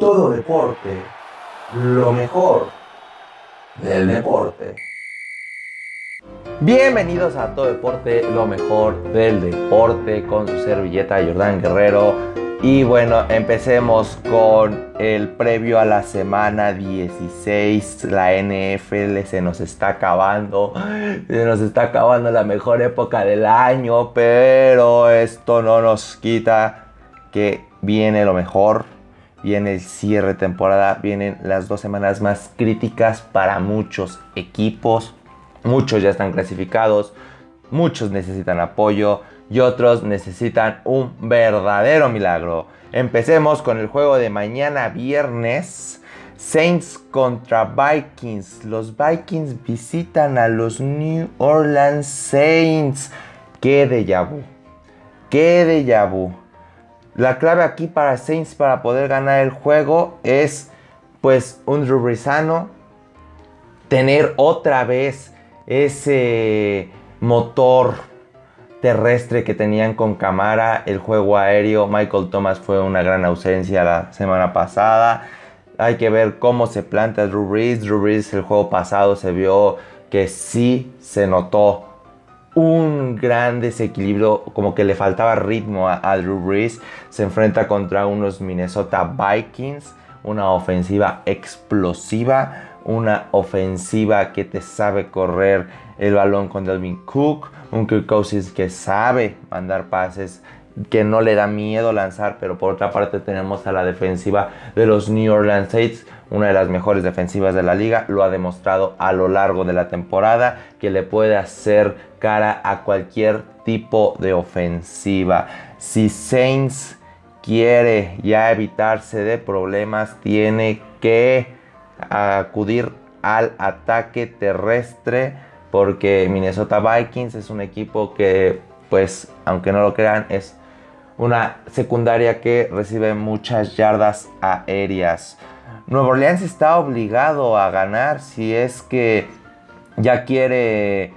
todo deporte, lo mejor del deporte. Bienvenidos a Todo Deporte, lo mejor del deporte, con su servilleta Jordán Guerrero. Y bueno, empecemos con el previo a la semana 16. La NFL se nos está acabando la mejor época del año, pero esto no nos quita que viene lo mejor. Viene el cierre de temporada, vienen las 2 semanas más críticas para muchos equipos. Muchos ya están clasificados, muchos necesitan apoyo y otros necesitan un verdadero milagro. Empecemos con el juego de mañana viernes. Saints contra Vikings. Los Vikings visitan a los New Orleans Saints. ¡Qué déjà vu! ¡Qué déjà vu! La clave aquí para Saints para poder ganar el juego es pues un Drew Brees sano, tener otra vez ese motor terrestre que tenían con Kamara, el juego aéreo. Michael Thomas fue una gran ausencia la semana pasada. Hay que ver cómo se planta Drew Brees. Drew Brees el juego pasado se vio que sí se notó un gran desequilibrio, como que le faltaba ritmo a Drew Brees. Se enfrenta contra unos Minnesota Vikings, una ofensiva explosiva, una ofensiva que te sabe correr el balón con Dalvin Cook, un Kirk Cousins que sabe mandar pases, que no le da miedo lanzar. Pero por otra parte tenemos a la defensiva de los New Orleans Saints, una de las mejores defensivas de la liga. Lo ha demostrado a lo largo de la temporada que le puede hacer cara a cualquier tipo de ofensiva. Si Saints quiere ya evitarse de problemas, tiene que acudir al ataque terrestre, porque Minnesota Vikings es un equipo que, pues, aunque no lo crean, es una secundaria que recibe muchas yardas aéreas. Nueva Orleans está obligado a ganar si es que ya quiere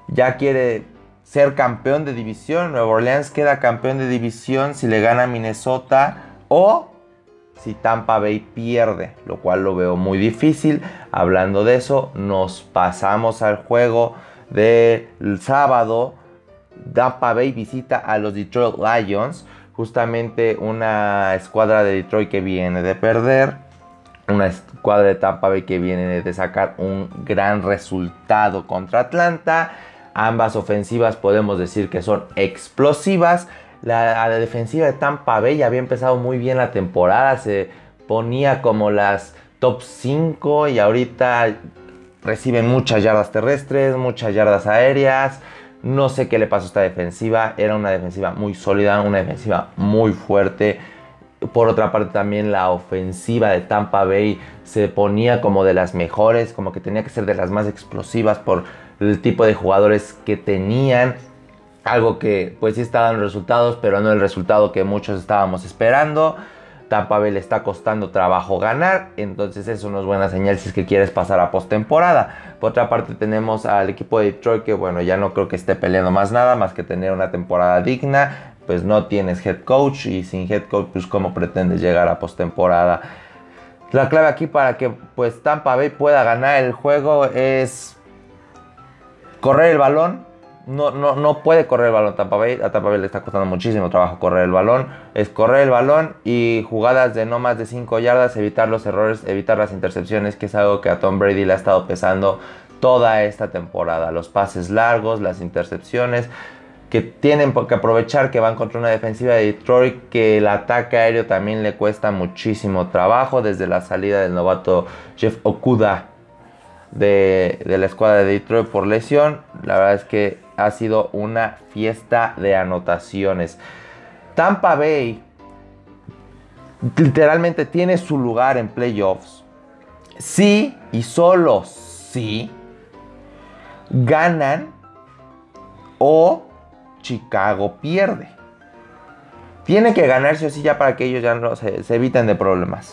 ser campeón de división. Nueva Orleans queda campeón de división si le gana a Minnesota o si Tampa Bay pierde, lo cual lo veo muy difícil. Hablando de eso, nos pasamos al juego del sábado. Tampa Bay visita a los Detroit Lions, justamente una escuadra de Detroit que viene de perder, una escuadra de Tampa Bay que viene de sacar un gran resultado contra Atlanta. Ambas ofensivas podemos decir que son explosivas. La defensiva de Tampa Bay había empezado muy bien la temporada, se ponía como las top 5 y ahorita reciben muchas yardas terrestres, muchas yardas aéreas. No sé qué le pasó a esta defensiva. Era una defensiva muy sólida, una defensiva muy fuerte. Por otra parte también la ofensiva de Tampa Bay se ponía como de las mejores, como que tenía que ser de las más explosivas por el tipo de jugadores que tenían. Algo que pues sí está dando resultados, pero no el resultado que muchos estábamos esperando. Tampa Bay le está costando trabajo ganar, entonces eso no es buena señal si es que quieres pasar a postemporada. Por otra parte tenemos al equipo de Detroit que, bueno, ya no creo que esté peleando más nada más que tener una temporada digna. Pues no tienes head coach y sin head coach pues cómo pretendes llegar a postemporada. La clave aquí para que pues Tampa Bay pueda ganar el juego es correr el balón. No puede correr el balón Tampa Bay. A Tampa Bay le está costando muchísimo trabajo correr el balón. Es correr el balón y jugadas de no más de 5 yardas, evitar los errores, evitar las intercepciones, que es algo que a Tom Brady le ha estado pesando toda esta temporada. Los pases largos, las intercepciones, que tienen que aprovechar que van contra una defensiva de Detroit que el ataque aéreo también le cuesta muchísimo trabajo desde la salida del novato Jeff Okudah de la escuadra de Detroit por lesión. La verdad es que ha sido una fiesta de anotaciones. Tampa Bay literalmente tiene su lugar en playoffs sí y solo si ganan o Chicago pierde. Tiene que ganarse así ya para que ellos ya no se eviten de problemas.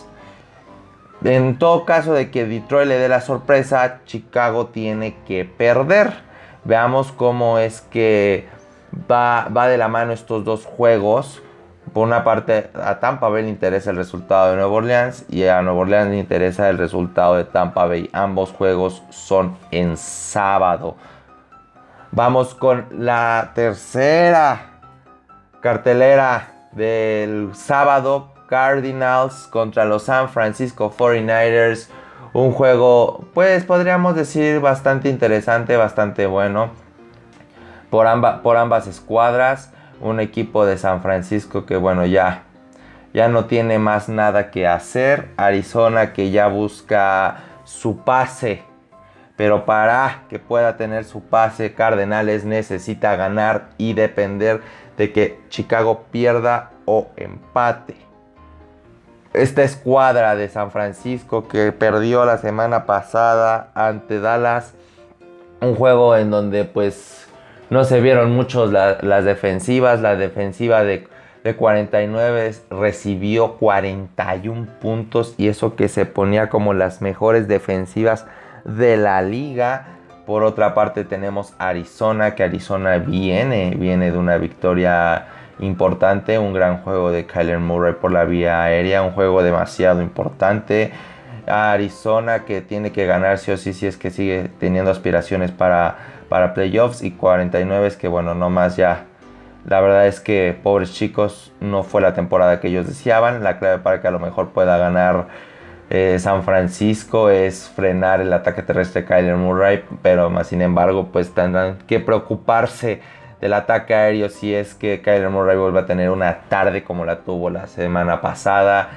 En todo caso de que Detroit le dé la sorpresa, Chicago tiene que perder. Veamos cómo es que va de la mano estos dos juegos. Por una parte, a Tampa Bay le interesa el resultado de Nueva Orleans y a Nueva Orleans le interesa el resultado de Tampa Bay. Ambos juegos son en sábado. Vamos con la tercera cartelera del sábado. Cardinals contra los San Francisco 49ers. Un juego, pues podríamos decir, bastante interesante, bastante bueno por ambas escuadras. Un equipo de San Francisco que bueno, ya no tiene más nada que hacer. Arizona que ya busca su pase, pero para que pueda tener su pase, Cardenales necesita ganar y depender de que Chicago pierda o empate. Esta escuadra de San Francisco que perdió la semana pasada ante Dallas, un juego en donde pues no se vieron muchos las defensivas. La defensiva de 49 recibió 41 puntos y eso que se ponía como las mejores defensivas de la liga. Por otra parte tenemos Arizona, que Arizona viene de una victoria importante, un gran juego de Kyler Murray por la vía aérea, un juego demasiado importante. Arizona que tiene que ganar sí o sí si es que sigue teniendo aspiraciones para playoffs, y 49 es que bueno, no más ya. La verdad es que pobres chicos, no fue la temporada que ellos deseaban. La clave para que a lo mejor pueda ganar San Francisco es frenar el ataque terrestre de Kyler Murray, pero más sin embargo pues tendrán que preocuparse del ataque aéreo si es que Kyler Murray vuelve a tener una tarde como la tuvo la semana pasada.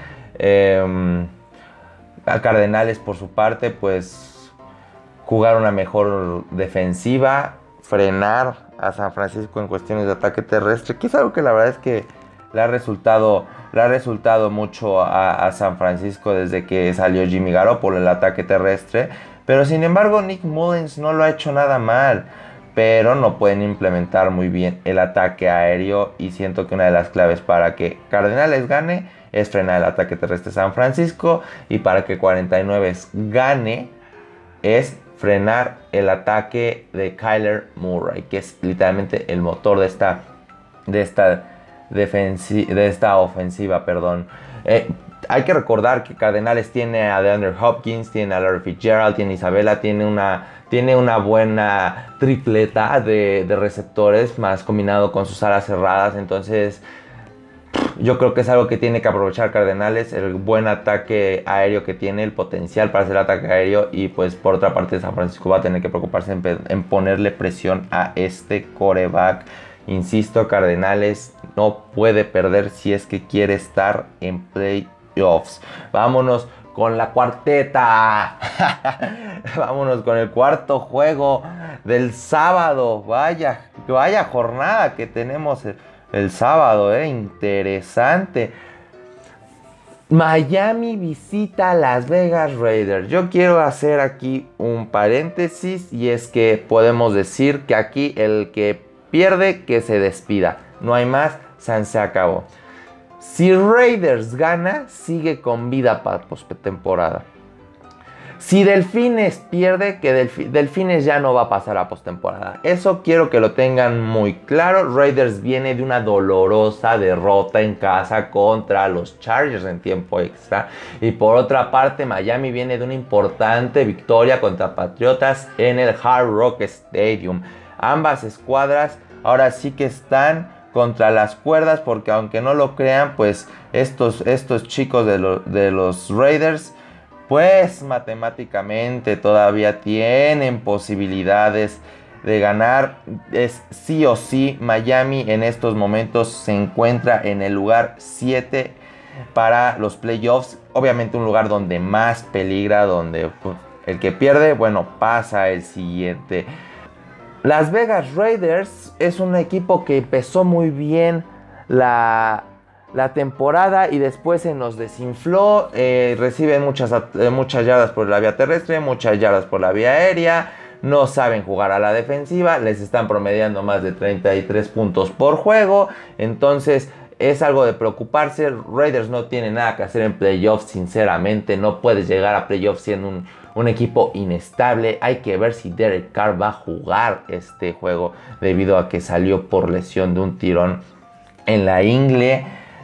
A Cardenales por su parte pues jugar una mejor defensiva, frenar a San Francisco en cuestiones de ataque terrestre, que es algo que la verdad es que le ha resultado mucho a San Francisco desde que salió Jimmy Garoppolo en el ataque terrestre. Pero sin embargo Nick Mullins no lo ha hecho nada mal, pero no pueden implementar muy bien el ataque aéreo, y siento que una de las claves para que Cardenales gane es frenar el ataque terrestre de San Francisco, y para que 49 gane es frenar el ataque de Kyler Murray, que es literalmente el motor de esta ofensiva. Hay que recordar que Cardenales tiene a DeAndre Hopkins, tiene a Larry Fitzgerald, tiene a Isabella, tiene una buena tripleta de receptores, más combinado con sus alas cerradas. Entonces yo creo que es algo que tiene que aprovechar Cardenales, el buen ataque aéreo que tiene, el potencial para hacer ataque aéreo. Y pues por otra parte San Francisco va a tener que preocuparse en ponerle presión a este quarterback. Insisto, Cardenales no puede perder si es que quiere estar en playoffs. Vámonos con la cuarteta. Vámonos con el cuarto juego del sábado. Vaya jornada que tenemos el sábado, interesante. Miami visita a Las Vegas Raiders. Yo quiero hacer aquí un paréntesis, y es que podemos decir que aquí el que pierde que se despida. No hay más, se acabó. Si Raiders gana, sigue con vida para postemporada. Si Delfines pierde, que Delfines ya no va a pasar a postemporada. Eso quiero que lo tengan muy claro. Raiders viene de una dolorosa derrota en casa contra los Chargers en tiempo extra. Y por otra parte, Miami viene de una importante victoria contra Patriotas en el Hard Rock Stadium. Ambas escuadras ahora sí que están contra las cuerdas, porque aunque no lo crean, pues estos chicos de los Raiders pues matemáticamente todavía tienen posibilidades de ganar. Es sí o sí. Miami en estos momentos se encuentra en el lugar 7 para los playoffs. Obviamente un lugar donde más peligra, donde el que pierde, bueno, pasa el siguiente. Las Vegas Raiders es un equipo que empezó muy bien la temporada y después se nos desinfló. Reciben muchas yardas por la vía terrestre, muchas yardas por la vía aérea. No saben jugar a la defensiva. Les están promediando más de 33 puntos por juego. Entonces es algo de preocuparse. Raiders no tiene nada que hacer en playoffs, sinceramente. No puedes llegar a playoffs siendo un equipo inestable. Hay que ver si Derek Carr va a jugar este juego, debido a que salió por lesión de un tirón en la ingle.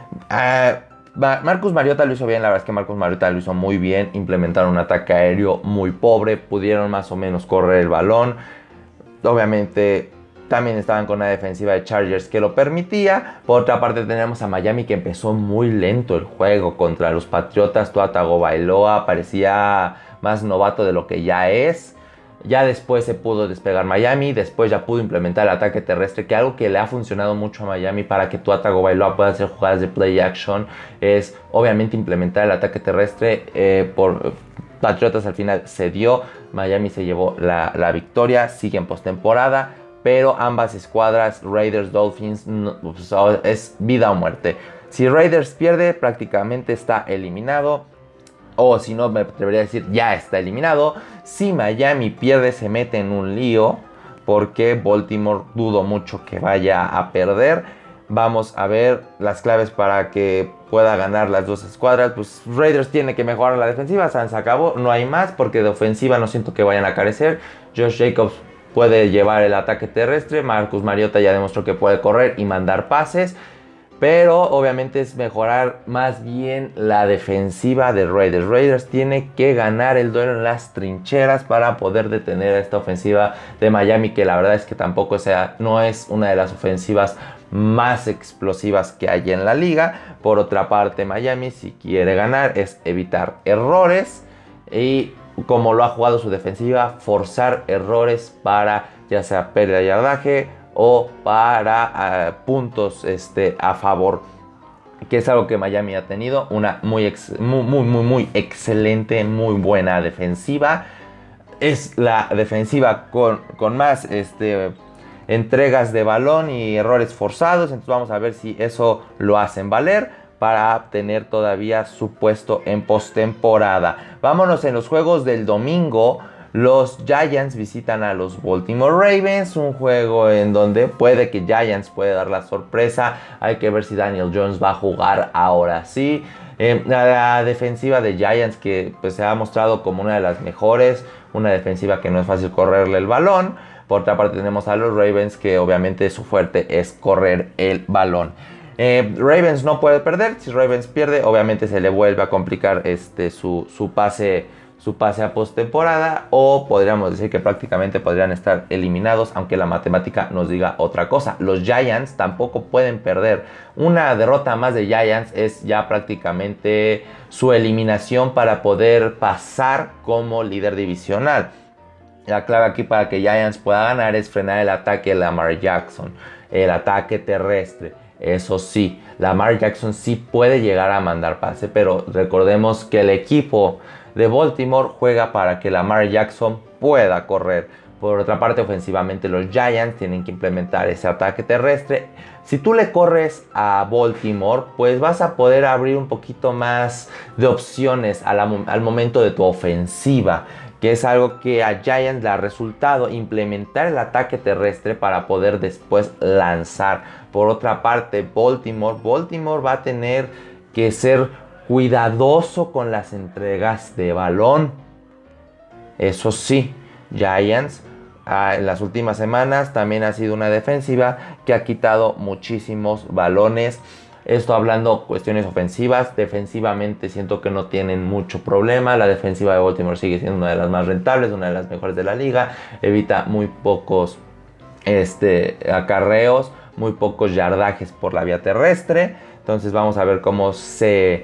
Marcus Mariota lo hizo bien, la verdad es que Marcus Mariota lo hizo muy bien. Implementaron un ataque aéreo muy pobre, pudieron más o menos correr el balón. Obviamente también estaban con una defensiva de Chargers que lo permitía. Por otra parte tenemos a Miami, que empezó muy lento el juego contra los Patriotas. Tua Tagovailoa parecía más novato de lo que ya es. Ya después se pudo despegar Miami, después ya pudo implementar el ataque terrestre, que algo que le ha funcionado mucho a Miami para que Tua Tagovailoa pueda hacer jugadas de play action es obviamente implementar el ataque terrestre. Por Patriotas al final se dio, Miami se llevó la victoria, sigue en postemporada, pero ambas escuadras, Raiders, Dolphins, pues, es vida o muerte. Si Raiders pierde, prácticamente está eliminado. O si no, me atrevería a decir, ya está eliminado. Si Miami pierde, se mete en un lío, porque Baltimore dudo mucho que vaya a perder. Vamos a ver las claves para que pueda ganar las dos escuadras. Pues Raiders tiene que mejorar la defensiva, se acabó, no hay más, porque de ofensiva no siento que vayan a carecer. Josh Jacobs puede llevar el ataque terrestre, Marcus Mariota ya demostró que puede correr y mandar pases. Pero obviamente es mejorar más bien la defensiva de Raiders. Raiders tiene que ganar el duelo en las trincheras para poder detener a esta ofensiva de Miami, que la verdad es que tampoco no es una de las ofensivas más explosivas que hay en la liga. Por otra parte, Miami, si quiere ganar, es evitar errores y, como lo ha jugado su defensiva, forzar errores para ya sea pérdida de yardaje o para puntos a favor, que es algo que Miami ha tenido. Una muy excelente, muy buena defensiva. Es la defensiva con más entregas de balón y errores forzados. Entonces vamos a ver si eso lo hacen valer para obtener todavía su puesto en postemporada. Vámonos en los juegos del domingo. Los Giants visitan a los Baltimore Ravens, un juego en donde puede que Giants puede dar la sorpresa. Hay que ver si Daniel Jones va a jugar ahora sí. La defensiva de Giants, que pues se ha mostrado como una de las mejores, una defensiva que no es fácil correrle el balón. Por otra parte tenemos a los Ravens, que obviamente su fuerte es correr el balón. Ravens no puede perder. Si Ravens pierde, obviamente se le vuelve a complicar su pase a postemporada, o podríamos decir que prácticamente podrían estar eliminados, aunque la matemática nos diga otra cosa. Los Giants tampoco pueden perder. Una derrota más de Giants es ya prácticamente su eliminación para poder pasar como líder divisional. La clave aquí para que Giants pueda ganar es frenar el ataque de Lamar Jackson, el ataque terrestre. Eso sí, Lamar Jackson sí puede llegar a mandar pase, pero recordemos que el equipo de Baltimore juega para que Lamar Jackson pueda correr. Por otra parte, ofensivamente los Giants tienen que implementar ese ataque terrestre. Si tú le corres a Baltimore, pues vas a poder abrir un poquito más de opciones al momento de tu ofensiva, que es algo que a Giants le ha resultado, implementar el ataque terrestre para poder después lanzar. Por otra parte, Baltimore va a tener que ser cuidadoso con las entregas de balón. Eso sí, Giants en las últimas semanas también ha sido una defensiva que ha quitado muchísimos balones. Esto hablando cuestiones ofensivas. Defensivamente siento que no tienen mucho problema. La defensiva de Baltimore sigue siendo una de las más rentables, una de las mejores de la liga. Evita muy pocos acarreos, muy pocos yardajes por la vía terrestre. Entonces vamos a ver cómo se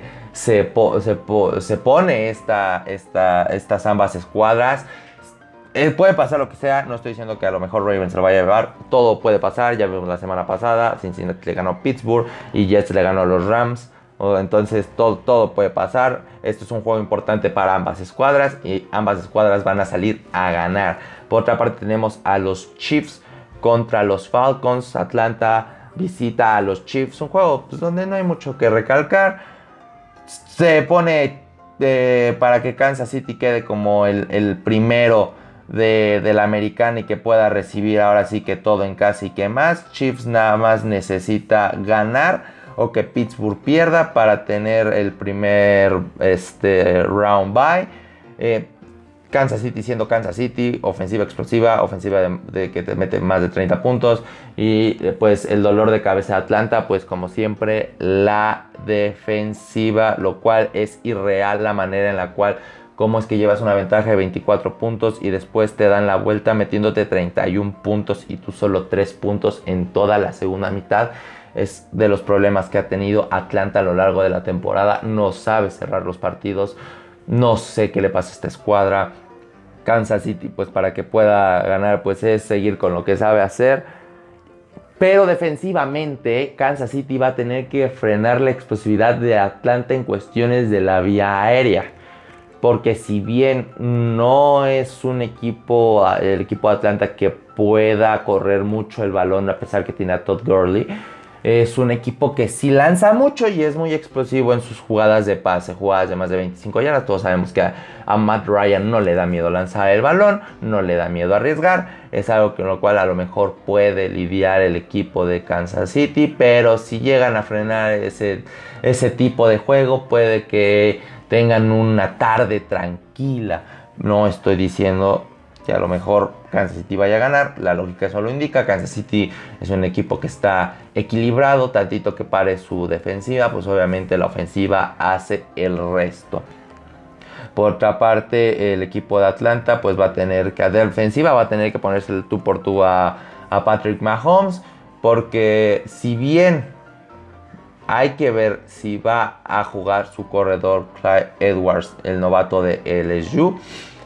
pone estas ambas escuadras. Puede pasar lo que sea, no estoy diciendo que a lo mejor Ravens se lo vaya a llevar, todo puede pasar. Ya vimos la semana pasada, Cincinnati le ganó a Pittsburgh y Jets le ganó a los Rams. Entonces todo puede pasar. Esto es un juego importante para ambas escuadras y ambas escuadras van a salir a ganar. Por otra parte tenemos a los Chiefs contra los Falcons. Atlanta visita a los Chiefs, un juego pues, donde no hay mucho que recalcar. Se pone para que Kansas City quede como el primero de la americana y que pueda recibir ahora sí que todo en casa y que más. Chiefs nada más necesita ganar o que Pittsburgh pierda para tener el primer round bye. Kansas City siendo Kansas City, ofensiva explosiva, ofensiva de que te mete más de 30 puntos. Y pues el dolor de cabeza de Atlanta, pues como siempre, la defensiva, lo cual es irreal la manera en la cual, cómo es que llevas una ventaja de 24 puntos y después te dan la vuelta metiéndote 31 puntos y tú solo 3 puntos en toda la segunda mitad. Es de los problemas que ha tenido Atlanta a lo largo de la temporada. No sabe cerrar los partidos. No sé qué le pasa a esta escuadra. Kansas City, pues para que pueda ganar, pues es seguir con lo que sabe hacer. Pero defensivamente, Kansas City va a tener que frenar la explosividad de Atlanta en cuestiones de la vía aérea. Porque si bien no es un equipo, el equipo de Atlanta que pueda correr mucho el balón, a pesar que tiene a Todd Gurley, es un equipo que sí lanza mucho y es muy explosivo en sus jugadas de pase, jugadas de más de 25 yardas. Todos sabemos que a Matt Ryan no le da miedo lanzar el balón, no le da miedo arriesgar. Es algo con lo cual a lo mejor puede lidiar el equipo de Kansas City, pero si llegan a frenar ese tipo de juego, puede que tengan una tarde tranquila. No estoy diciendo que a lo mejor Kansas City vaya a ganar, la lógica eso lo indica. Kansas City es un equipo que está equilibrado, tantito que pare su defensiva, pues obviamente la ofensiva hace el resto. Por otra parte, el equipo de Atlanta pues va a tener que, de ofensiva va a tener que ponerse el tú por tú a Patrick Mahomes, porque si bien hay que ver si va a jugar su corredor Clyde Edwards, el novato de LSU,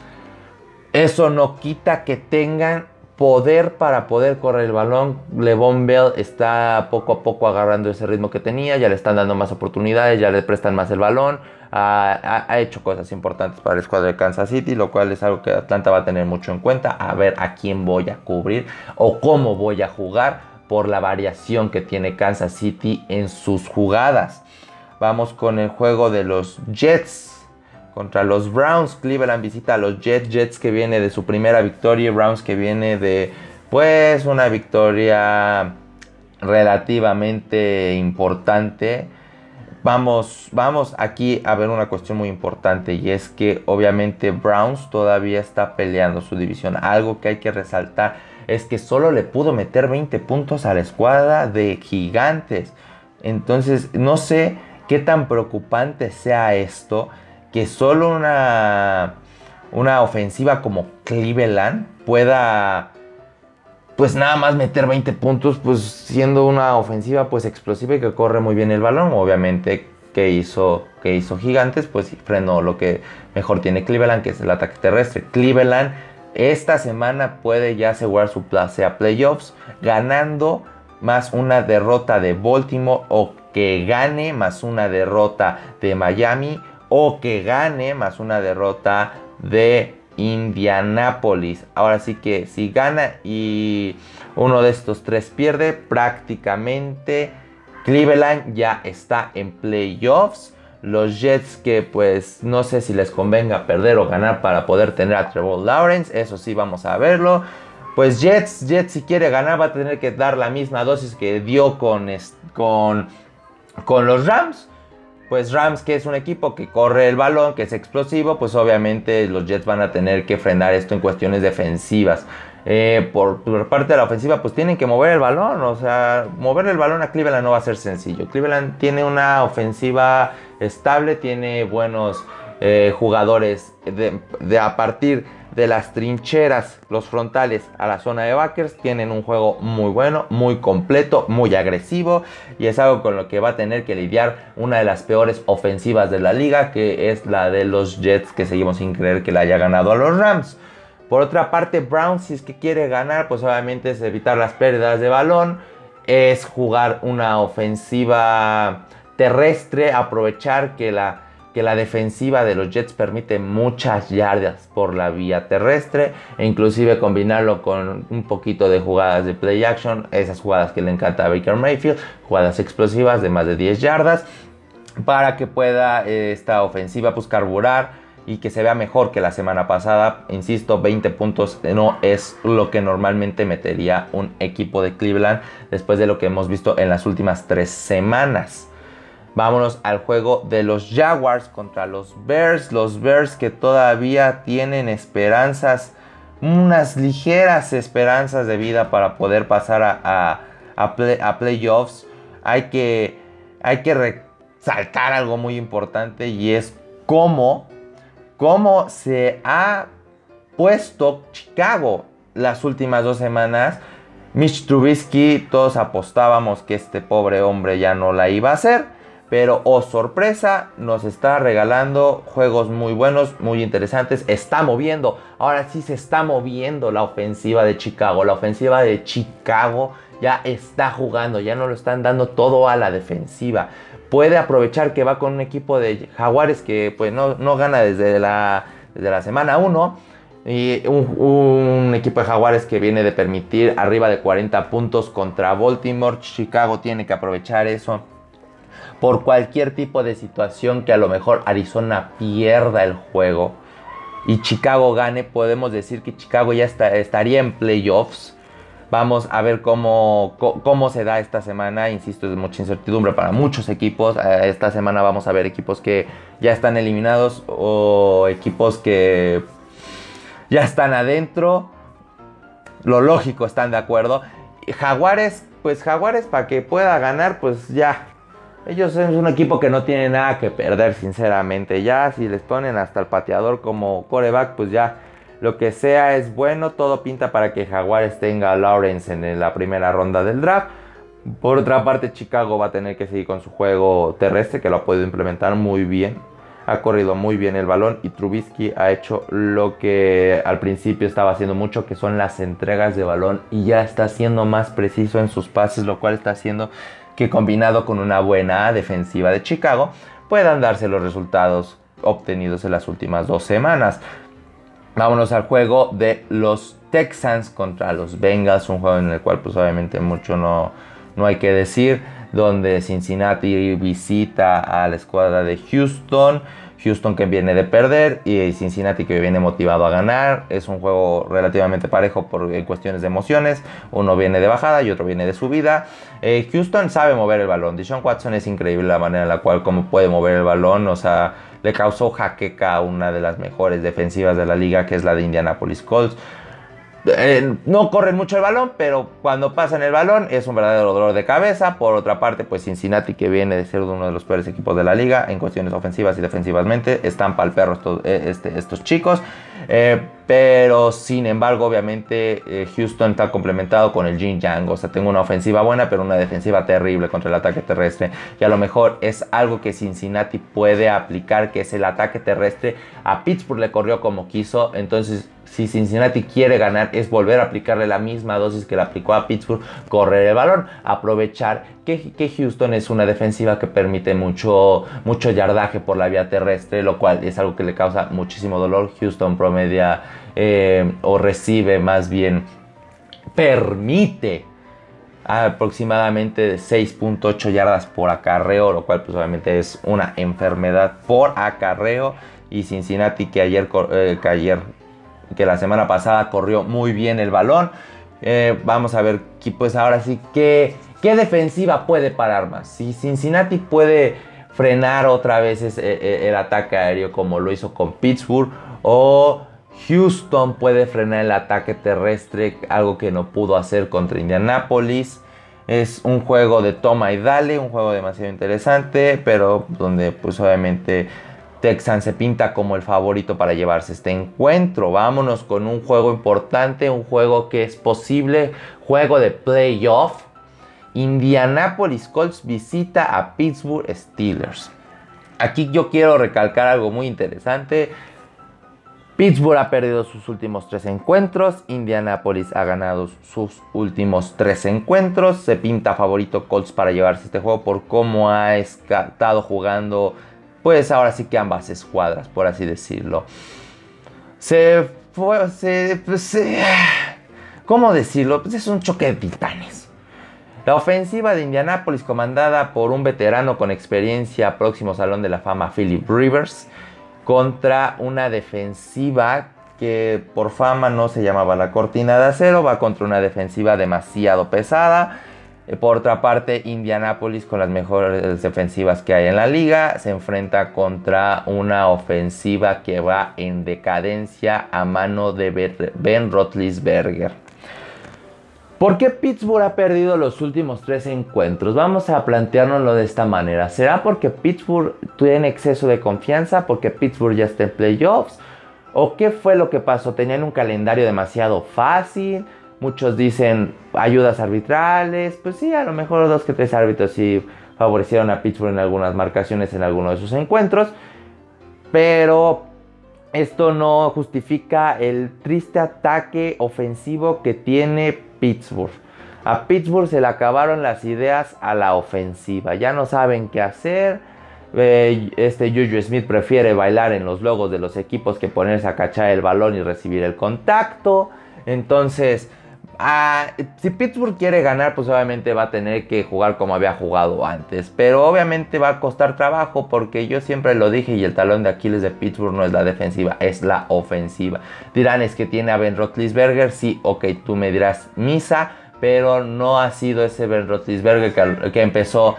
eso no quita que tengan poder para poder correr el balón. Le'Veon Bell está poco a poco agarrando ese ritmo que tenía, ya le están dando más oportunidades, ya le prestan más el balón, ha hecho cosas importantes para el escuadra de Kansas City, lo cual es algo que Atlanta va a tener mucho en cuenta, a ver a quién voy a cubrir o cómo voy a jugar por la variación que tiene Kansas City en sus jugadas. Vamos con el juego de los Jets contra los Browns. Cleveland visita a los Jets que viene de su primera victoria, Browns que viene de pues una victoria relativamente importante. Vamos aquí a ver una cuestión muy importante, y es que obviamente Browns todavía está peleando su división. Algo que hay que resaltar es que solo le pudo meter 20 puntos a la escuadra de Gigantes. Entonces no sé qué tan preocupante sea esto, que solo una ofensiva como Cleveland pueda pues nada más meter 20 puntos, pues siendo una ofensiva pues explosiva y que corre muy bien el balón. Obviamente que hizo Gigantes, pues frenó lo que mejor tiene Cleveland, que es el ataque terrestre. Cleveland esta semana puede ya asegurar su pase a playoffs ganando más una derrota de Baltimore, o que gane más una derrota de Miami, o que gane más una derrota de Indianapolis. Ahora sí que si gana y uno de estos tres pierde, prácticamente Cleveland ya está en playoffs. Los Jets, que pues no sé si les convenga perder o ganar para poder tener a Trevor Lawrence, eso sí vamos a verlo. Pues Jets si quiere ganar va a tener que dar la misma dosis que dio con los Rams. Pues Rams, que es un equipo que corre el balón, que es explosivo, pues obviamente los Jets van a tener que frenar esto en cuestiones defensivas. Por parte de la ofensiva, pues tienen que mover el balón. O sea, mover el balón a Cleveland no va a ser sencillo. Cleveland tiene una ofensiva estable, tiene buenos jugadores de a partir de las trincheras, los frontales a la zona de backers. Tienen un juego muy bueno, muy completo, muy agresivo, y es algo con lo que va a tener que lidiar una de las peores ofensivas de la liga, que es la de los Jets, que seguimos sin creer que le haya ganado a los Rams. Por otra parte, Browns, si es que quiere ganar, pues obviamente es evitar las pérdidas de balón, es jugar una ofensiva terrestre, aprovechar que la defensiva de los Jets permite muchas yardas por la vía terrestre, e inclusive combinarlo con un poquito de jugadas de play action, esas jugadas que le encanta a Baker Mayfield, jugadas explosivas de más de 10 yardas, para que pueda esta ofensiva pues carburar y que se vea mejor que la semana pasada. Insisto, 20 puntos no es lo que normalmente metería un equipo de Cleveland después de lo que hemos visto en las últimas 3 semanas. Vámonos al juego de los Jaguars contra los Bears. Los Bears que todavía tienen esperanzas, unas ligeras esperanzas de vida para poder pasar a playoffs. Hay que resaltar algo muy importante, y es cómo se ha puesto Chicago las últimas 2 semanas. Mitch Trubisky, todos apostábamos que este pobre hombre ya no la iba a hacer. Pero, oh sorpresa, nos está regalando juegos muy buenos, muy interesantes. Está moviendo, ahora sí se está moviendo la ofensiva de Chicago. La ofensiva de Chicago ya está jugando, ya no lo están dando todo a la defensiva. Puede aprovechar que va con un equipo de Jaguares que pues no gana desde la semana 1. Y un equipo de Jaguares que viene de permitir arriba de 40 puntos contra Baltimore. Chicago tiene que aprovechar eso por cualquier tipo de situación que a lo mejor Arizona pierda el juego y Chicago gane. Podemos decir que Chicago ya estaría en playoffs. Vamos a ver cómo se da esta semana. Insisto, es mucha incertidumbre para muchos equipos. Esta semana vamos a ver equipos que ya están eliminados o equipos que ya están adentro. Lo lógico, están de acuerdo. Jaguares para que pueda ganar, pues ya. Ellos son un equipo que no tiene nada que perder, sinceramente. Ya si les ponen hasta el pateador como quarterback, pues ya lo que sea es bueno. Todo pinta para que Jaguares tenga a Lawrence en la primera ronda del draft. Por otra parte, Chicago va a tener que seguir con su juego terrestre, que lo ha podido implementar muy bien. Ha corrido muy bien el balón y Trubisky ha hecho lo que al principio estaba haciendo mucho, que son las entregas de balón, y ya está siendo más preciso en sus pases, lo cual está haciendo que, combinado con una buena defensiva de Chicago, puedan darse los resultados obtenidos en las últimas 2 semanas. Vámonos al juego de los Texans contra los Bengals, un juego en el cual pues obviamente mucho no hay que decir, donde Cincinnati visita a la escuadra de Houston que viene de perder y Cincinnati que viene motivado a ganar. Es un juego relativamente parejo en cuestiones de emociones. Uno viene de bajada y otro viene de subida. Houston sabe mover el balón. Deshaun Watson es increíble la manera en la cual puede mover el balón. O sea, le causó jaqueca a una de las mejores defensivas de la liga, que es la de Indianapolis Colts. No corren mucho el balón, pero cuando pasan el balón es un verdadero dolor de cabeza. Por otra parte, pues Cincinnati, que viene de ser uno de los peores equipos de la liga en cuestiones ofensivas y defensivamente, están para el perro estos chicos. Pero sin embargo, obviamente Houston está complementado con el Yin Yang. O sea, tengo una ofensiva buena, pero una defensiva terrible contra el ataque terrestre. Y a lo mejor es algo que Cincinnati puede aplicar, que es el ataque terrestre. A Pittsburgh le corrió como quiso. Entonces, si Cincinnati quiere ganar, es volver a aplicarle la misma dosis que le aplicó a Pittsburgh, correr el balón, aprovechar que Houston es una defensiva que permite mucho yardaje por la vía terrestre, lo cual es algo que le causa muchísimo dolor. Houston promedia o recibe, más bien permite aproximadamente 6.8 yardas por acarreo, lo cual pues obviamente es una enfermedad por acarreo. Y Cincinnati que la semana pasada corrió muy bien el balón. Vamos a ver pues ahora sí qué defensiva puede parar más. Si Cincinnati puede frenar otra vez el ataque aéreo como lo hizo con Pittsburgh, o Houston puede frenar el ataque terrestre, algo que no pudo hacer contra Indianapolis. Es un juego de toma y dale, un juego demasiado interesante, pero donde pues obviamente Texans se pinta como el favorito para llevarse este encuentro. Vámonos con un juego importante, un juego que es posible, juego de playoff. Indianapolis Colts visita a Pittsburgh Steelers. Aquí yo quiero recalcar algo muy interesante. Pittsburgh ha perdido sus últimos 3 encuentros. Indianapolis ha ganado sus últimos 3 encuentros. Se pinta favorito Colts para llevarse este juego por cómo ha estado jugando, pues ahora sí que ambas escuadras, por así decirlo. ¿Cómo decirlo? Pues es un choque de titanes. La ofensiva de Indianapolis, comandada por un veterano con experiencia, próximo Salón de la Fama, Philip Rivers, contra una defensiva que por fama no se llamaba la Cortina de Acero. Va contra una defensiva demasiado pesada. Por otra parte, Indianapolis, con las mejores defensivas que hay en la liga, se enfrenta contra una ofensiva que va en decadencia a mano de Ben Roethlisberger. ¿Por qué Pittsburgh ha perdido los últimos 3 encuentros? Vamos a planteárnoslo de esta manera. ¿Será porque Pittsburgh tiene exceso de confianza? ¿Porque Pittsburgh ya está en playoffs? ¿O qué fue lo que pasó? ¿Tenían un calendario demasiado fácil? Muchos dicen ayudas arbitrales. Pues sí, a lo mejor 2 que 3 árbitros sí favorecieron a Pittsburgh en algunas marcaciones en alguno de sus encuentros. Pero esto no justifica el triste ataque ofensivo que tiene Pittsburgh. A Pittsburgh se le acabaron las ideas a la ofensiva. Ya no saben qué hacer. Juju Smith prefiere bailar en los logos de los equipos que ponerse a cachar el balón y recibir el contacto. Entonces, si Pittsburgh quiere ganar, pues obviamente va a tener que jugar como había jugado antes. Pero obviamente va a costar trabajo, porque yo siempre lo dije, y el talón de Aquiles de Pittsburgh no es la defensiva, es la ofensiva. Dirán, es que tiene a Ben Roethlisberger. Sí, ok, tú me dirás misa, pero no ha sido ese Ben Roethlisberger que empezó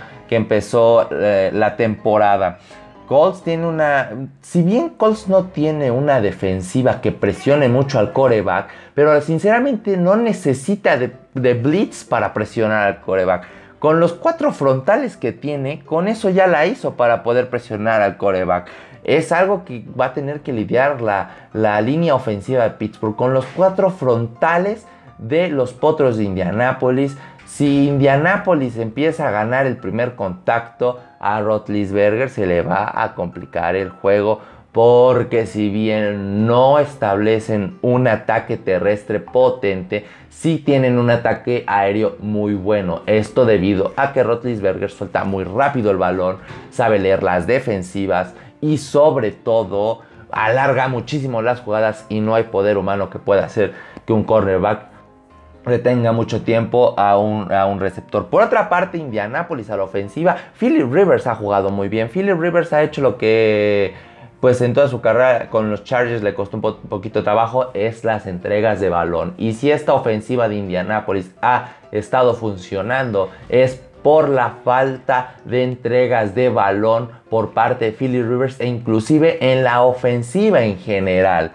la temporada. Colts tiene si bien Colts no tiene una defensiva que presione mucho al quarterback, pero sinceramente no necesita de blitz para presionar al quarterback. Con los 4 frontales que tiene, con eso ya la hizo para poder presionar al quarterback. Es algo que va a tener que lidiar la línea ofensiva de Pittsburgh con los 4 frontales de los Potros de Indianápolis. Si Indianápolis empieza a ganar el primer contacto, a Roethlisberger se le va a complicar el juego, porque si bien no establecen un ataque terrestre potente, sí tienen un ataque aéreo muy bueno. Esto debido a que Roethlisberger suelta muy rápido el balón, sabe leer las defensivas y sobre todo alarga muchísimo las jugadas, y no hay poder humano que pueda hacer que un cornerback retenga mucho tiempo a un receptor. Por otra parte, Indianapolis a la ofensiva, Philip Rivers ha jugado muy bien. Philip Rivers ha hecho lo que pues en toda su carrera con los Chargers le costó un poquito de trabajo, es las entregas de balón. Y si esta ofensiva de Indianapolis ha estado funcionando, es por la falta de entregas de balón por parte de Philip Rivers, e inclusive en la ofensiva en general.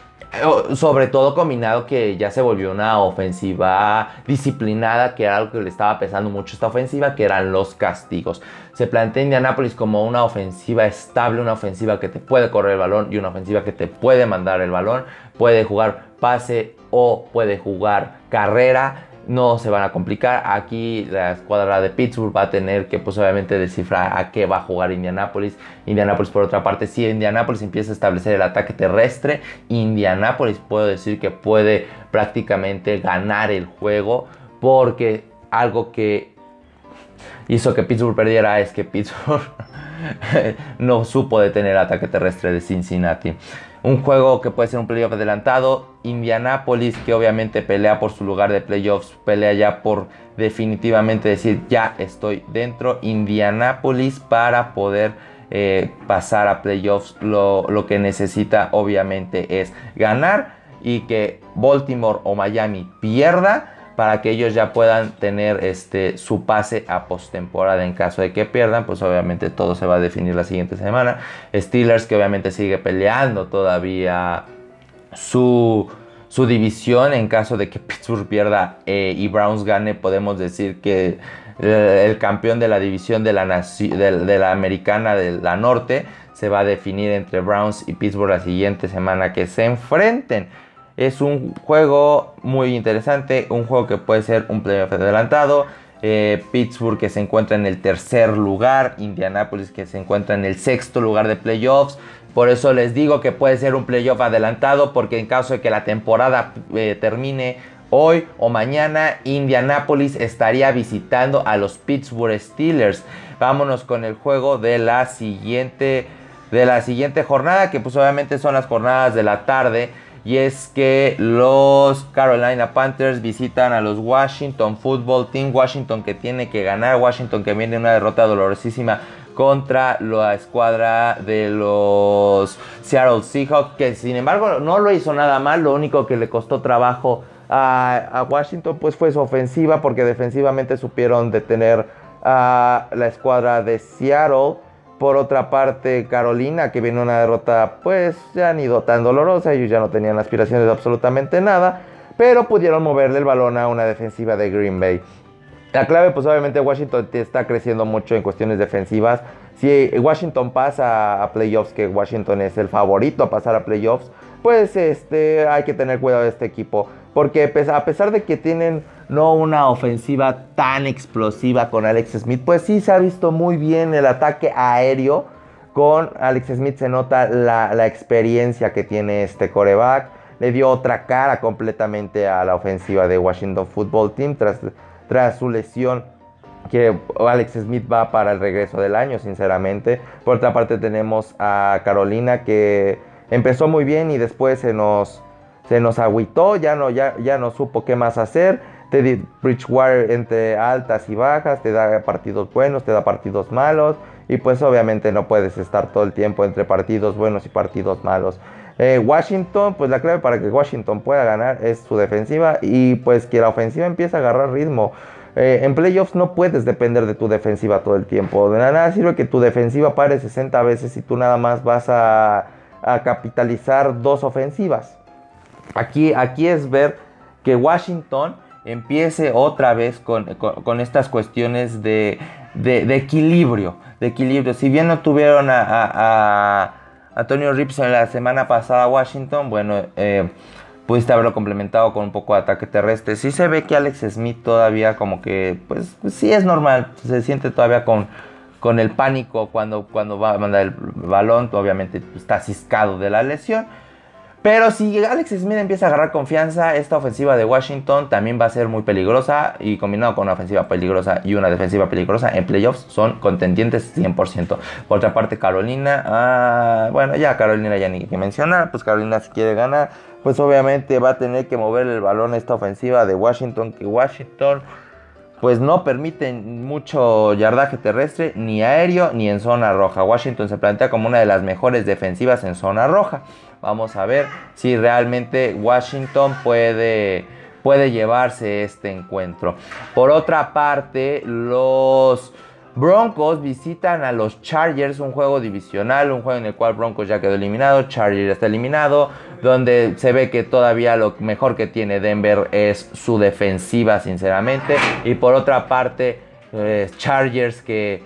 Sobre todo combinado que ya se volvió una ofensiva disciplinada, que era algo que le estaba pesando mucho esta ofensiva, que eran los castigos. Se plantea Indianapolis como una ofensiva estable, una ofensiva que te puede correr el balón y una ofensiva que te puede mandar el balón. Puede jugar pase o puede jugar carrera. No se van a complicar. Aquí la escuadra de Pittsburgh va a tener que pues obviamente descifrar a qué va a jugar Indianapolis. Indianapolis, por otra parte, si Indianapolis empieza a establecer el ataque terrestre, Indianapolis puedo decir que puede prácticamente ganar el juego, porque algo que hizo que Pittsburgh perdiera es que Pittsburgh no supo detener el ataque terrestre de Cincinnati. Un juego que puede ser un playoff adelantado. Indianapolis, que obviamente pelea por su lugar de playoffs, pelea ya por definitivamente decir ya estoy dentro. Indianapolis, para poder pasar a playoffs, lo que necesita obviamente es ganar, y que Baltimore o Miami pierda, para que ellos ya puedan tener su pase a postemporada. En caso de que pierdan, pues obviamente todo se va a definir la siguiente semana. Steelers, que obviamente sigue peleando todavía su división. En caso de que Pittsburgh pierda y Browns gane, podemos decir que el campeón de la división de la americana de la norte se va a definir entre Browns y Pittsburgh la siguiente semana que se enfrenten. Es un juego muy interesante, un juego que puede ser un playoff adelantado. Pittsburgh, que se encuentra en el tercer lugar, Indianapolis, que se encuentra en el sexto lugar de playoffs. Por eso les digo que puede ser un playoff adelantado, porque en caso de que la temporada termine hoy o mañana, Indianapolis estaría visitando a los Pittsburgh Steelers. Vámonos con el juego de la siguiente jornada, que pues obviamente son las jornadas de la tarde. Y es que los Carolina Panthers visitan a los Washington Football Team. Washington, que tiene que ganar. Washington, que viene una derrota dolorosísima contra la escuadra de los Seattle Seahawks, que sin embargo no lo hizo nada mal. Lo único que le costó trabajo a Washington pues fue su ofensiva, porque defensivamente supieron detener a la escuadra de Seattle. Por otra parte, Carolina, que viene una derrota pues ya ni tan dolorosa, ellos ya no tenían aspiraciones de absolutamente nada, pero pudieron moverle el balón a una defensiva de Green Bay. La clave, pues obviamente Washington está creciendo mucho en cuestiones defensivas. Si Washington pasa a playoffs, que Washington es el favorito a pasar a playoffs, pues hay que tener cuidado de este equipo. Porque a pesar de que tienen no una ofensiva tan explosiva con Alex Smith, pues sí se ha visto muy bien el ataque aéreo. Con Alex Smith se nota la experiencia que tiene este quarterback. Le dio otra cara completamente a la ofensiva de Washington Football Team tras su lesión, que Alex Smith va para el regreso del año, sinceramente. Por otra parte tenemos a Carolina, que empezó muy bien y después se nos agüitó, ya no supo qué más hacer. Teddy Bridgewater entre altas y bajas, te da partidos buenos, te da partidos malos, y pues obviamente no puedes estar todo el tiempo entre partidos buenos y partidos malos. Washington, pues la clave para que Washington pueda ganar es su defensiva, y pues que la ofensiva empiece a agarrar ritmo. En playoffs no puedes depender de tu defensiva todo el tiempo. De nada sirve que tu defensiva pare 60 veces y tú nada más vas a capitalizar 2 ofensivas. Aquí es ver que Washington empiece otra vez con estas cuestiones de equilibrio. Si bien no tuvieron a Antonio Gibson en la semana pasada Washington, bueno, pudiste haberlo complementado con un poco de ataque terrestre. Sí se ve que Alex Smith todavía como que, pues sí es normal, se siente todavía con el pánico cuando va a mandar el balón. Obviamente está ciscado de la lesión. Pero si Alex Smith empieza a agarrar confianza, esta ofensiva de Washington también va a ser muy peligrosa. Y combinado con una ofensiva peligrosa y una defensiva peligrosa, en playoffs son contendientes 100%. Por otra parte, Carolina, bueno, ya Carolina ya ni que mencionar. Pues Carolina, si quiere ganar, pues obviamente va a tener que mover el balón a esta ofensiva de Washington, que Washington pues no permite mucho yardaje terrestre, ni aéreo, ni en zona roja. Washington se plantea como una de las mejores defensivas en zona roja. Vamos a ver si realmente Washington puede llevarse este encuentro. Por otra parte, los Broncos visitan a los Chargers, un juego divisional, un juego en el cual Broncos ya quedó eliminado, Chargers está eliminado, donde se ve que todavía lo mejor que tiene Denver es su defensiva, sinceramente. Y por otra parte, Chargers que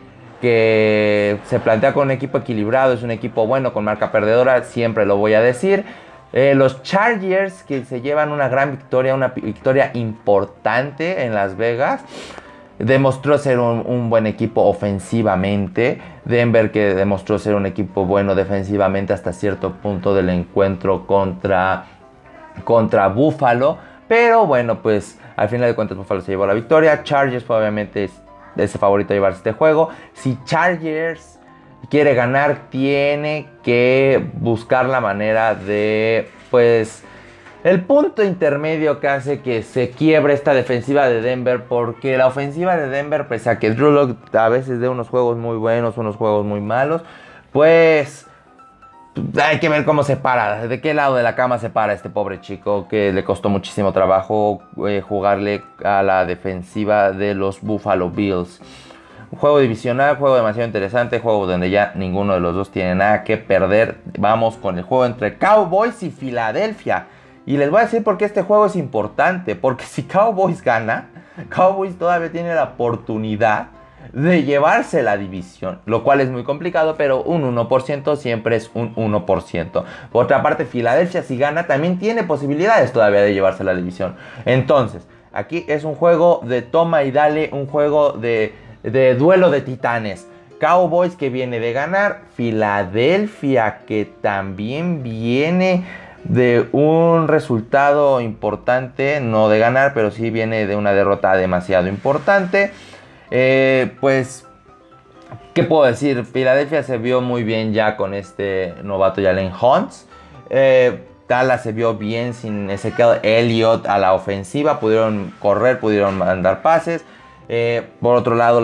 se plantea con un equipo equilibrado, es un equipo bueno con marca perdedora, siempre lo voy a decir. Los Chargers que se llevan una gran victoria, una victoria importante en Las Vegas. Demostró ser un buen equipo ofensivamente. Denver, que demostró ser un equipo bueno defensivamente hasta cierto punto del encuentro contra Buffalo. Pero bueno, pues al final de cuentas Buffalo se llevó la victoria. Chargers pues, obviamente es ese favorito a llevarse este juego. Si Chargers quiere ganar, tiene que buscar la manera de, pues, el punto intermedio que hace que se quiebre esta defensiva de Denver. Porque la ofensiva de Denver, pese a que Drew Lock a veces de unos juegos muy buenos, unos juegos muy malos, pues hay que ver cómo se para, de qué lado de la cama se para este pobre chico, que le costó muchísimo trabajo jugarle a la defensiva de los Buffalo Bills. Un juego divisional, juego demasiado interesante, juego donde ya ninguno de los dos tiene nada que perder. Vamos con el juego entre Cowboys y Filadelfia. Y les voy a decir por qué este juego es importante. Porque si Cowboys gana, Cowboys todavía tiene la oportunidad de llevarse la división, lo cual es muy complicado, pero un 1% siempre es un 1%. Por otra parte, Filadelfia, si gana, también tiene posibilidades todavía de llevarse la división. Entonces, aquí es un juego de toma y dale, un juego de duelo de titanes. Cowboys, que viene de ganar, Filadelfia, que también viene de un resultado importante, no de ganar, pero sí viene de una derrota demasiado importante. Pues, ¿qué puedo decir? Filadelfia se vio muy bien ya con este novato Jalen Hurts. Dallas se vio bien sin Ezekiel Elliott a la ofensiva. Pudieron correr, pudieron mandar pases. Por otro lado,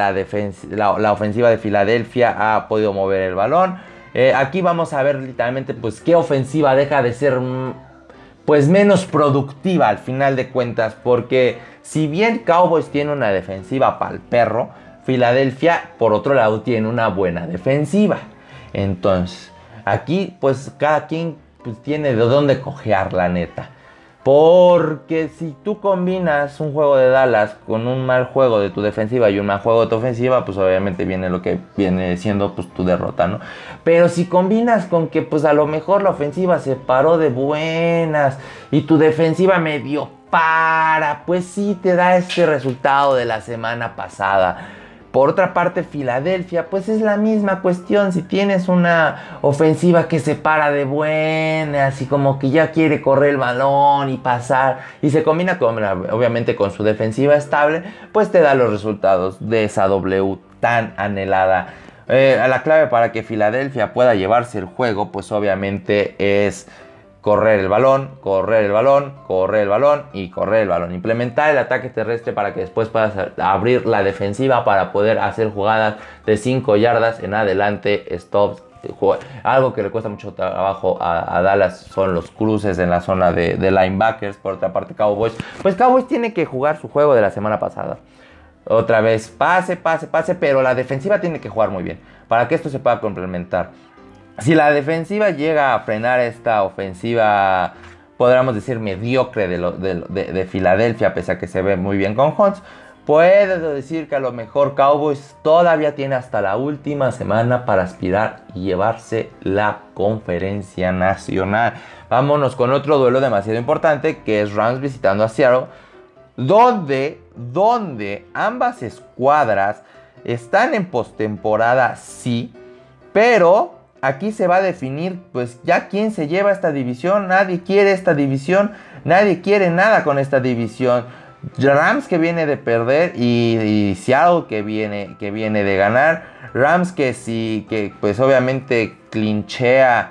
la ofensiva de Filadelfia ha podido mover el balón. Aquí vamos a ver literalmente pues qué ofensiva deja de ser pues menos productiva al final de cuentas, porque si bien Cowboys tiene una defensiva pa'l perro, Filadelfia por otro lado tiene una buena defensiva. Entonces, aquí pues cada quien pues, tiene de dónde cojear, la neta. Porque si tú combinas un juego de Dallas con un mal juego de tu defensiva y un mal juego de tu ofensiva, pues obviamente viene lo que viene siendo pues tu derrota, ¿no? Pero si combinas con que pues a lo mejor la ofensiva se paró de buenas y tu defensiva medio para, pues sí te da este resultado de la semana pasada. Por otra parte, Filadelfia, pues es la misma cuestión. Si tienes una ofensiva que se para de buena, así como que ya quiere correr el balón y pasar, y se combina obviamente con su defensiva estable, pues te da los resultados de esa W tan anhelada. La clave para que Filadelfia pueda llevarse el juego, pues obviamente es correr el balón, correr el balón, correr el balón y correr el balón. Implementar el ataque terrestre para que después puedas abrir la defensiva para poder hacer jugadas de 5 yardas en adelante, stops. Algo que le cuesta mucho trabajo a Dallas son los cruces en la zona de linebackers. Por otra parte, Cowboys, pues Cowboys tiene que jugar su juego de la semana pasada. Otra vez, pase, pero la defensiva tiene que jugar muy bien para que esto se pueda complementar. Si la defensiva llega a frenar esta ofensiva, podríamos decir mediocre de Filadelfia, pese a que se ve muy bien con Hunts, puedo decir que a lo mejor Cowboys todavía tiene hasta la última semana para aspirar y llevarse la conferencia nacional. Vámonos con otro duelo demasiado importante, que es Rams visitando a Seattle, donde ambas escuadras están en postemporada, sí, pero aquí se va a definir pues ya quién se lleva esta división. Nadie quiere esta división, nadie quiere nada con esta división. Rams que viene de perder y Seattle que viene de ganar. Rams que pues obviamente clinchea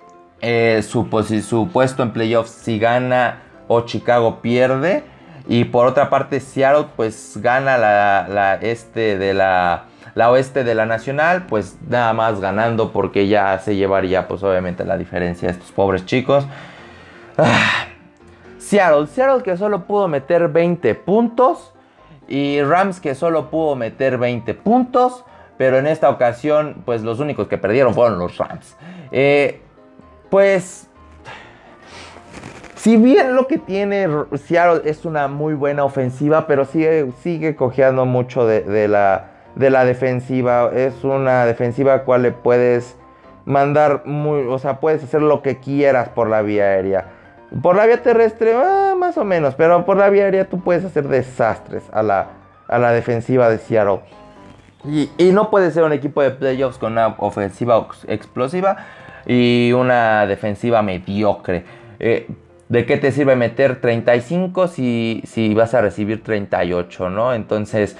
su puesto en playoffs si gana o Chicago pierde. Y por otra parte Seattle pues gana la oeste de la nacional, pues nada más ganando porque ya se llevaría pues obviamente la diferencia de estos pobres chicos. Seattle que solo pudo meter 20 puntos y Rams que solo pudo meter 20 puntos, pero en esta ocasión pues los únicos que perdieron fueron los Rams. Pues si bien lo que tiene Seattle es una muy buena ofensiva, pero sigue cojeando mucho de la defensiva. Es una defensiva a cual le puedes mandar puedes hacer lo que quieras por la vía aérea. Por la vía terrestre, más o menos, pero por la vía aérea tú puedes hacer desastres a la defensiva de Seattle. Y no puede ser un equipo de playoffs con una ofensiva explosiva y una defensiva mediocre. ¿De qué te sirve meter 35 si vas a recibir 38, ¿no? Entonces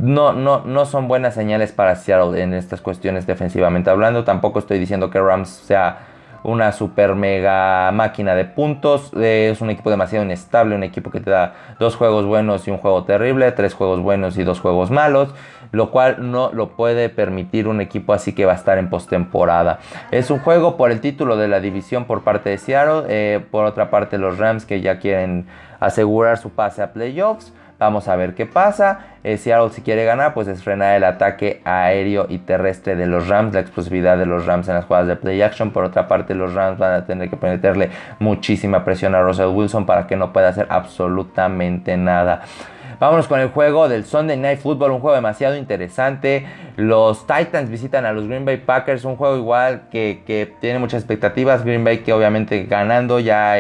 no son buenas señales para Seattle en estas cuestiones defensivamente hablando. Tampoco estoy diciendo que Rams sea una super mega máquina de puntos. Es un equipo demasiado inestable, un equipo que te da 2 juegos buenos y un juego terrible, 3 juegos buenos y 2 juegos malos, lo cual no lo puede permitir un equipo así que va a estar en postemporada. Es un juego por el título de la división por parte de Seattle. Por otra parte los Rams que ya quieren asegurar su pase a playoffs. Vamos a ver qué pasa. Seattle si quiere ganar pues es frenar el ataque aéreo y terrestre de los Rams, la explosividad de los Rams en las jugadas de play action. Por otra parte los Rams van a tener que meterle muchísima presión a Russell Wilson para que no pueda hacer absolutamente nada. Vámonos con el juego del Sunday Night Football, un juego demasiado interesante. Los Titans visitan a los Green Bay Packers, un juego igual que tiene muchas expectativas. Green Bay que obviamente ganando ya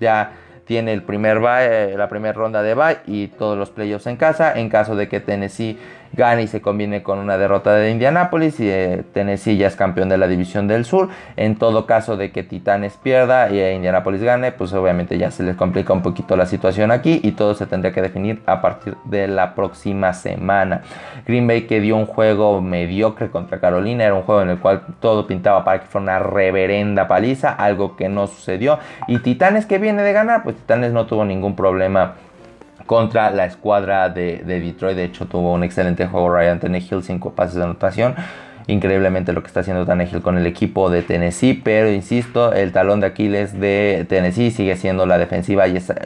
tiene la primera ronda de bye y todos los playoffs en casa. En caso de que Tennessee gane y se combine con una derrota de Indianapolis, y Tennessee ya es campeón de la división del sur. En todo caso de que Titanes pierda y Indianapolis gane, pues obviamente ya se les complica un poquito la situación aquí y todo se tendría que definir a partir de la próxima semana. Green Bay que dio un juego mediocre contra Carolina, era un juego en el cual todo pintaba para que fuera una reverenda paliza, algo que no sucedió. Y Titanes que viene de ganar, pues Titanes no tuvo ningún problema contra la escuadra de Detroit. De hecho tuvo un excelente juego Ryan Tannehill, 5 pases de anotación. increíblemente lo que está haciendo Tannehill con el equipo de Tennessee, pero insisto, el talón de Aquiles de Tennessee sigue siendo la defensiva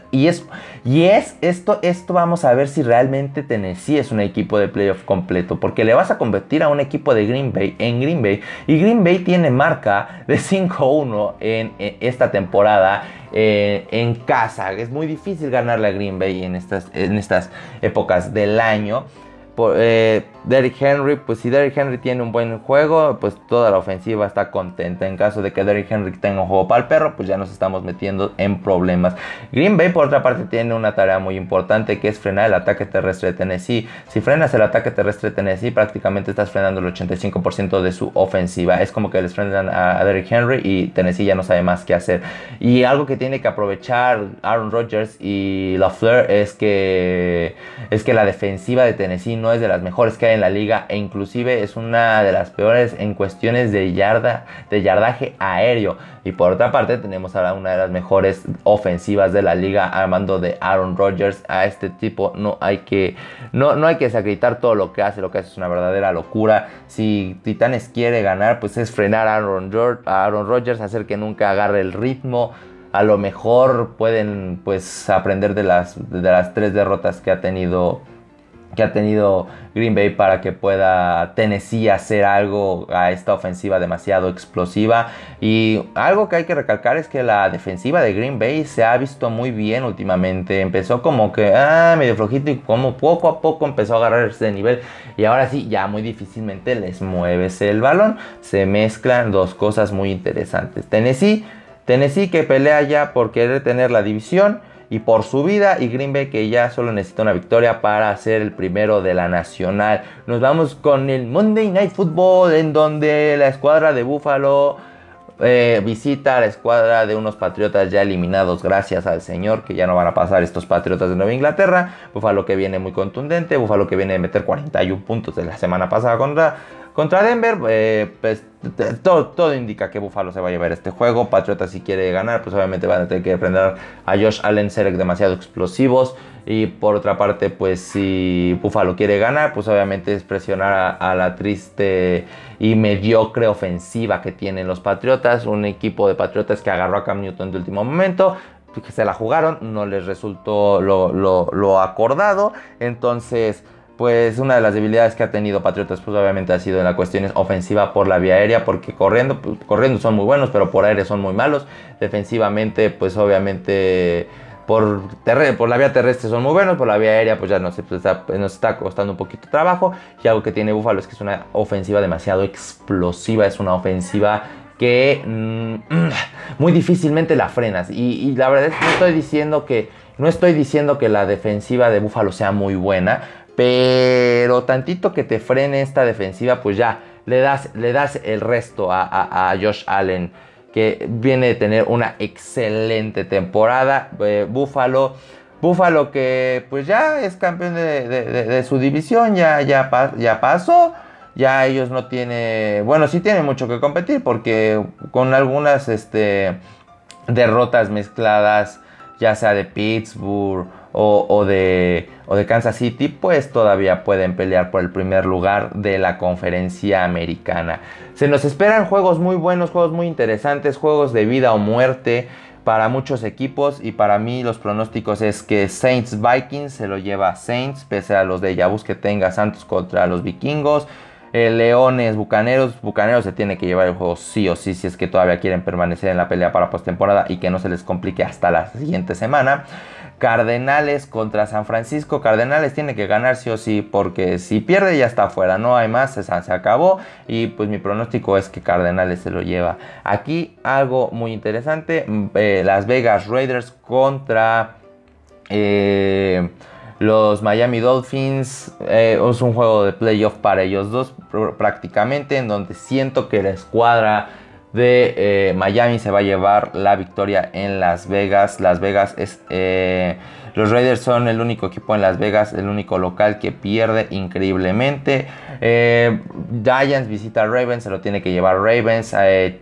esto vamos a ver si realmente Tennessee es un equipo de playoff completo, porque le vas a competir a un equipo de Green Bay en Green Bay, y Green Bay tiene marca de 5-1 en esta temporada en casa. Es muy difícil ganarle a Green Bay en estas épocas del año. Derrick Henry, pues si Derrick Henry tiene un buen juego, pues toda la ofensiva está contenta. En caso de que Derrick Henry tenga un juego para el perro, pues ya nos estamos metiendo en problemas. Green Bay, por otra parte, tiene una tarea muy importante, que es frenar el ataque terrestre de Tennessee. Si frenas el ataque terrestre de Tennessee, prácticamente estás frenando el 85% de su ofensiva. Es como que les frenan a Derrick Henry y Tennessee ya no sabe más qué hacer. Y algo que tiene que aprovechar Aaron Rodgers y LaFleur es que la defensiva de Tennessee no es de las mejores que hay en la liga, e inclusive es una de las peores en cuestiones de yardaje aéreo. Y por otra parte tenemos ahora una de las mejores ofensivas de la liga al mando de Aaron Rodgers. A este tipo no hay que desacreditar todo lo que hace. Lo que hace es una verdadera locura. Si Titanes quiere ganar, pues es frenar a Aaron Rodgers, hacer que nunca agarre el ritmo. A lo mejor pueden pues aprender de las 3 derrotas que ha tenido Green Bay, para que pueda Tennessee hacer algo a esta ofensiva demasiado explosiva. Y algo que hay que recalcar es que la defensiva de Green Bay se ha visto muy bien últimamente. Empezó como que medio flojito, y como poco a poco empezó a agarrar ese nivel, y ahora sí, ya muy difícilmente les mueves el balón. Se mezclan dos cosas muy interesantes. Tennessee que pelea ya por querer tener la división y por su vida, y Green Bay que ya solo necesita una victoria para ser el primero de la nacional. Nos vamos con el Monday Night Football, en donde la escuadra de Buffalo visita a la escuadra de unos Patriotas ya eliminados, gracias al Señor, que ya no van a pasar estos Patriotas de Nueva Inglaterra. Buffalo que viene muy contundente, Buffalo que viene de meter 41 puntos de la semana pasada contra Denver. Pues todo indica que Buffalo se va a llevar este juego. Patriotas, si quiere ganar, pues obviamente van a tener que enfrentar a Josh Allen, Serek demasiado explosivos. Y por otra parte, pues si Buffalo quiere ganar, pues obviamente es presionar a la triste y mediocre ofensiva que tienen los Patriotas. Un equipo de Patriotas que agarró a Cam Newton de último momento, que se la jugaron, no les resultó lo acordado. Entonces, pues una de las debilidades que ha tenido Patriotas, pues obviamente ha sido en la cuestión ofensiva por la vía aérea, porque corriendo son muy buenos, pero por aire son muy malos. Defensivamente, pues obviamente por la vía terrestre son muy buenos, por la vía aérea pues ya nos está costando un poquito trabajo. Y algo que tiene Buffalo es que es una ofensiva demasiado explosiva, es una ofensiva que muy difícilmente la frenas. Y la verdad es que no estoy diciendo que la defensiva de Buffalo sea muy buena, pero tantito que te frene esta defensiva, pues ya le das el resto a Josh Allen, que viene de tener una excelente temporada. Buffalo que pues ya es campeón de su división, ya pasó. Ya ellos no tienen, bueno, sí tienen mucho que competir, porque con algunas derrotas mezcladas, ya sea de Pittsburgh o de Kansas City, pues todavía pueden pelear por el primer lugar de la conferencia americana. Se nos esperan juegos muy buenos, juegos muy interesantes, juegos de vida o muerte para muchos equipos, y para mí los pronósticos es que Saints Vikings se lo lleva Saints, pese a los déjà vus que tenga Santos contra los vikingos. Leones Bucaneros se tiene que llevar el juego sí o sí, si es que todavía quieren permanecer en la pelea para postemporada y que no se les complique hasta la siguiente semana. Cardenales contra San Francisco. Cardenales tiene que ganar sí o sí, porque si pierde ya está fuera, no hay más, se acabó. Y pues mi pronóstico es que Cardenales se lo lleva. Aquí algo muy interesante, Las Vegas Raiders contra los Miami Dolphins. Es un juego de playoff para ellos dos prácticamente, en donde siento que la escuadra de Miami se va a llevar la victoria en Las Vegas. Los Raiders son el único equipo en Las Vegas, el único local que pierde increíblemente. Giants visita a Ravens, se lo tiene que llevar Ravens.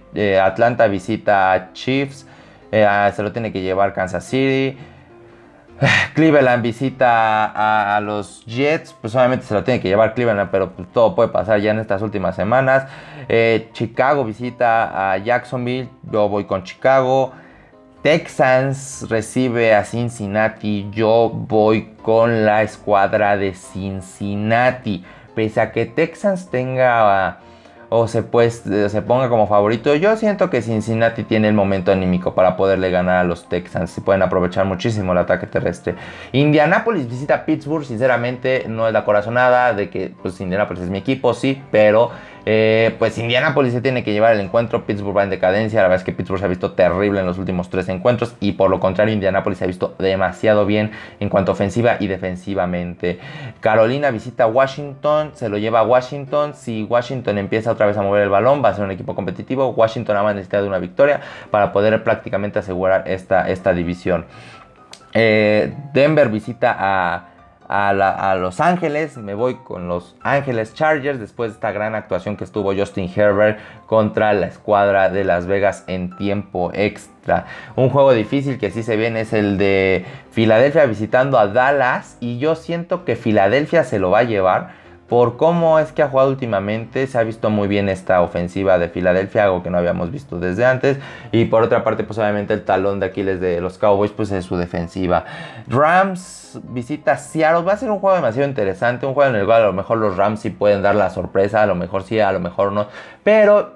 Atlanta visita a Chiefs, se lo tiene que llevar Kansas City. Cleveland visita a los Jets, pues obviamente se lo tiene que llevar Cleveland, pero pues todo puede pasar ya en estas últimas semanas. Chicago visita a Jacksonville, yo voy con Chicago. Texans recibe a Cincinnati, yo voy con la escuadra de Cincinnati. Pese a que Texans tenga o se ponga como favorito, yo siento que Cincinnati tiene el momento anímico para poderle ganar a los Texans. Y pueden aprovechar muchísimo el ataque terrestre. Indianapolis visita Pittsburgh. Sinceramente no es la corazonada de que pues Indianapolis es mi equipo, sí, pero pues Indianapolis se tiene que llevar el encuentro. Pittsburgh va en decadencia. La verdad es que Pittsburgh se ha visto terrible en los últimos 3 encuentros, y por lo contrario Indianapolis se ha visto demasiado bien en cuanto a ofensiva y defensivamente. Carolina visita Washington, se lo lleva a Washington. Si Washington empieza otra vez a mover el balón, va a ser un equipo competitivo. Washington ha necesitado de una victoria para poder prácticamente asegurar esta división. Denver visita a Los Ángeles. Me voy con Los Ángeles Chargers después de esta gran actuación que estuvo Justin Herbert contra la escuadra de Las Vegas en tiempo extra. Un juego difícil que sí se viene es el de Filadelfia visitando a Dallas, y yo siento que Filadelfia se lo va a llevar por cómo es que ha jugado últimamente. Se ha visto muy bien esta ofensiva de Filadelfia, algo que no habíamos visto desde antes. Y por otra parte, pues obviamente el talón de Aquiles de los Cowboys pues es su defensiva. Rams visita Seattle. Va a ser un juego demasiado interesante, un juego en el cual a lo mejor los Rams sí pueden dar la sorpresa, a lo mejor sí, a lo mejor no. Pero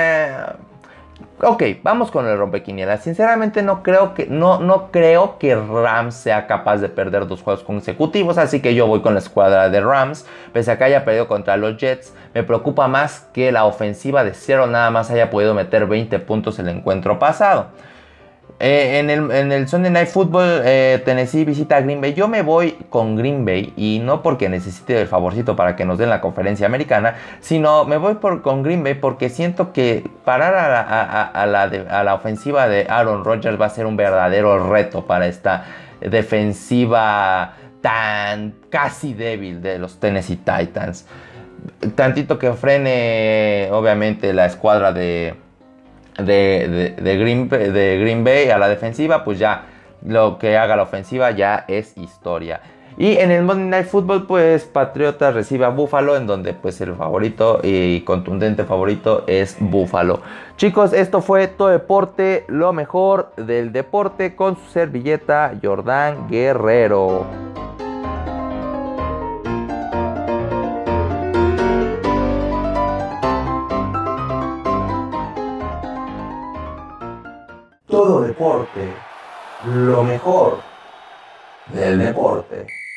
ok, vamos con el rompequinielas. Sinceramente no creo que Rams sea capaz de perder 2 juegos consecutivos, así que yo voy con la escuadra de Rams. Pese a que haya perdido contra los Jets, me preocupa más que la ofensiva de Seattle nada más haya podido meter 20 puntos el encuentro pasado. En el Sunday Night Football, Tennessee visita a Green Bay. Yo me voy con Green Bay, y no porque necesite el favorcito para que nos den la conferencia americana, sino me voy con Green Bay porque siento que parar a la ofensiva de Aaron Rodgers va a ser un verdadero reto para esta defensiva tan casi débil de los Tennessee Titans. Tantito que frene obviamente la escuadra de Green Bay a la defensiva, pues ya lo que haga la ofensiva ya es historia. Y en el Monday Night Football, pues Patriotas recibe a Buffalo, en donde pues el favorito y contundente favorito es Buffalo. Chicos, esto fue Todo Deporte, lo mejor del deporte, con su servilleta Jordán Guerrero. Todo Deporte, lo mejor del deporte.